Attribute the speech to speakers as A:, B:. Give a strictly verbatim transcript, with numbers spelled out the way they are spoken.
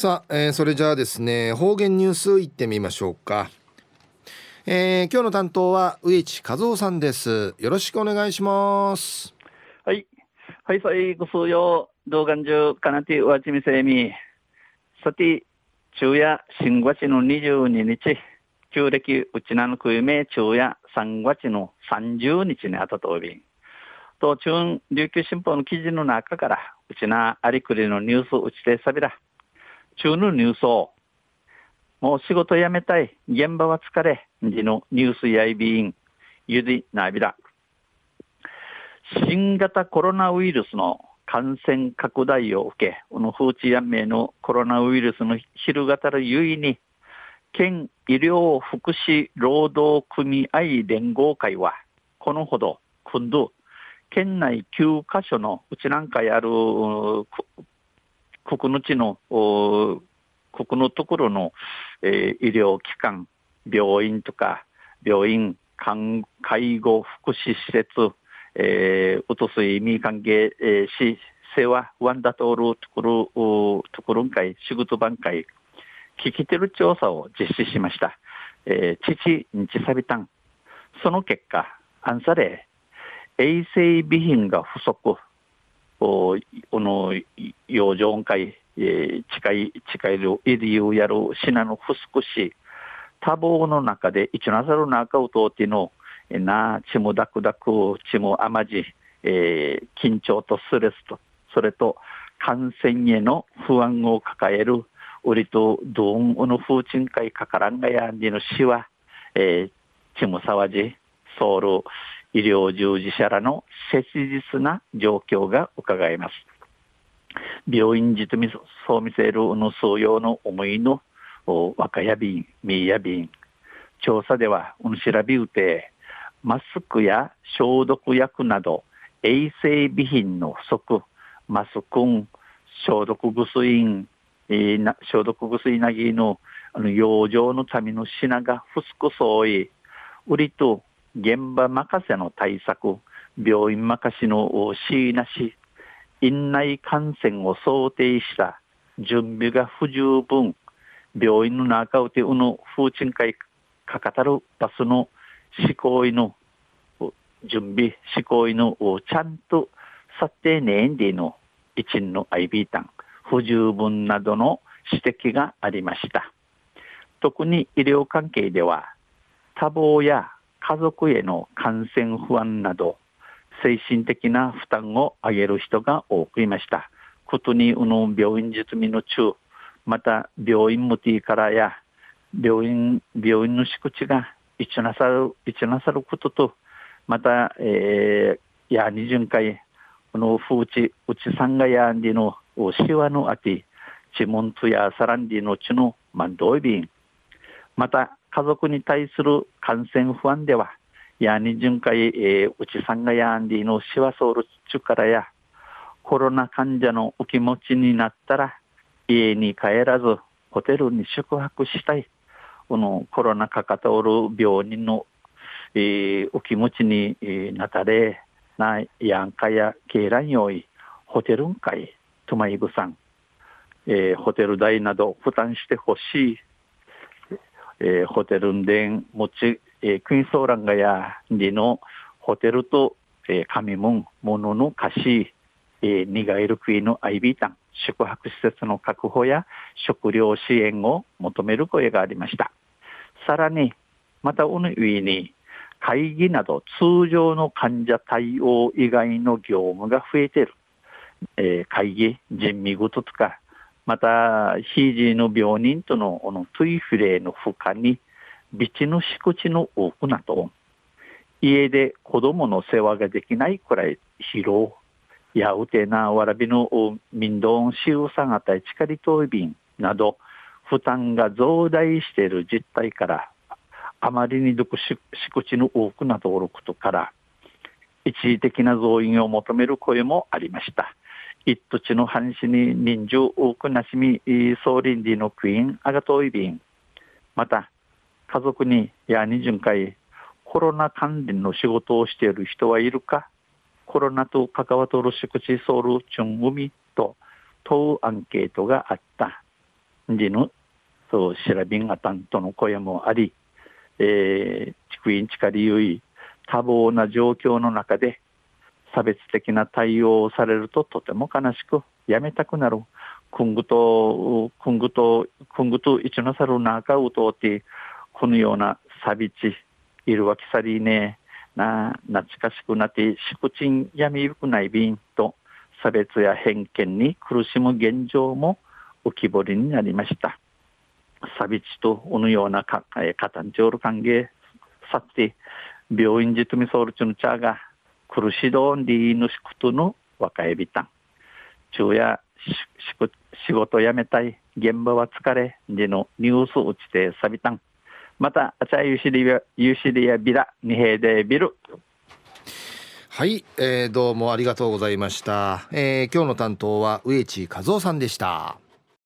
A: さあ、えーそれじゃあですね、方言ニュースいってみましょうか。えー今日の担当は植地和夫さんです。よろしくお願いします。
B: はい。はい、さい、ご数曜、動画中、かなてわちみせみ。さて、昼夜、新月のにじゅうににち、旧暦、うちなのくいめ、昼夜、三月のさんじゅうにちにあたとおびん。と、中、琉球新報の記事の中から、うちな、ありくりのニュースうちてさびら。中のニュースを、もう仕事辞めたい、現場は疲れ、じのニュースやいびん、ゆdiなびら。新型コロナウイルスの感染拡大を受け、この風知やめのコロナウイルスの広がたるゆいに、県医療福祉労働組合連合会は、このほど、今度、県内きゅうカ所のうちなんかやる、ここの地の、ここのところの、えー医療機関、病院とか、病院、看介護福祉施設、えー、うとすいみ関係、えー、し、せわ、ワンダトールところ、おところん会、仕事番会、聞きてる調査を実施しました。えー、父、日サビタン。その結果、アンサレ、衛生備品が不足、おこの、養生会、えー、近い、近いる、イリューやる、シナのフスクし、多忙の中で、一なさる中を通っての、えな、ちもダクダク、ちも甘じ、えー緊張とストレスと、それと感染への不安を抱える、ウリとドーンウの風鎮会かからんがやんでの死は、えー、ちも騒じ、ソウル医療従事者らの切実な状況が伺えます。病院実みそう見せるの数用の思いのお若やびん、みやびん。調査では、うんしらびうて、マスクや消毒薬など、衛生備品の不足、マスクン、消毒薬、えーな消毒薬なぎの、あの養生のための品が不足そうい、売りと現場任せの対策、病院任せのしなし、院内感染を想定した準備が不十分、病院の中をてうの風鎮会かかたるバスの施行為の準備、施行為のちゃんと査定年での一員の アイビー 単、不十分などの指摘がありました。特に医療関係では、多忙や家族への感染不安など、精神的な負担を上げる人が多くいました。ことに、うの病院実務の中、また病院無テからや、病院、病院の敷地が一なさる、一なさることと、また、えー、や二巡回、この風地、うちさんがやんでの、しわのあて、ちもんとやさらんでのちの、まんどいびん。また、家族に対する感染不安では、やに巡回、えー、うちさんがやんでのしわソウルちからや、コロナ患者のお気持ちになったら、家に帰らず、ホテルに宿泊したい。このコロナかかとおる病人の、えーお気持ちに、えーなたれ、な、やんかや、けいらんよい、ホテルんかい、とまいぐさん、えーホテル代など負担してほしい。えーホテルんでん持ち、えークイーンソーランがやりのホテルと、えー、紙もんものの貸し、えー、にがいるクイーンの アイビー 単宿泊施設の確保や食料支援を求める声がありました。さらにまたおの上に会議など通常の患者対応以外の業務が増えている、えー会議人味事とか、また、非ジの病人との、このトゥイフレの負荷に、備地の敷地の多くなと、家で子供の世話ができないくらい疲労、やうてなわらびの民道しうさがたいちかりといびんなど、負担が増大している実態から、あまりにどく敷地の多くなとおることから、一時的な増員を求める声もありました。一土地の藩士に人情多くなしみ総臨時のクイーンアガトイビン、また家族にやに巡回コロナ関連の仕事をしている人はいるか、コロナと関わとる宿地ソウルチュン海と問うアンケートがあった。 じぬそう調べんがたんとの声もあり、えー、地区員地下理由い多忙な状況の中で差別的な対応をされるととても悲しくやめたくなる。くんぐとくんぐとくんぐと一のさるなかうとうてこのような差別いるわきさりねな懐かしくなってしくちんやみゆくないびんと差別や偏見に苦しむ現状も浮き彫りになりました。差別とおのようなかかたんちょうる歓迎さって病院じとみそうるちのちゃが苦しどんりぬしくとの若えびたん昼夜仕事辞めたい現場は疲れでのニュース打ちてさびたんまたあちゃゆしりやゆしりやビラにへいでビル。
A: はい、えー、どうもありがとうございました。えー、今日の担当は植地和夫さんでした。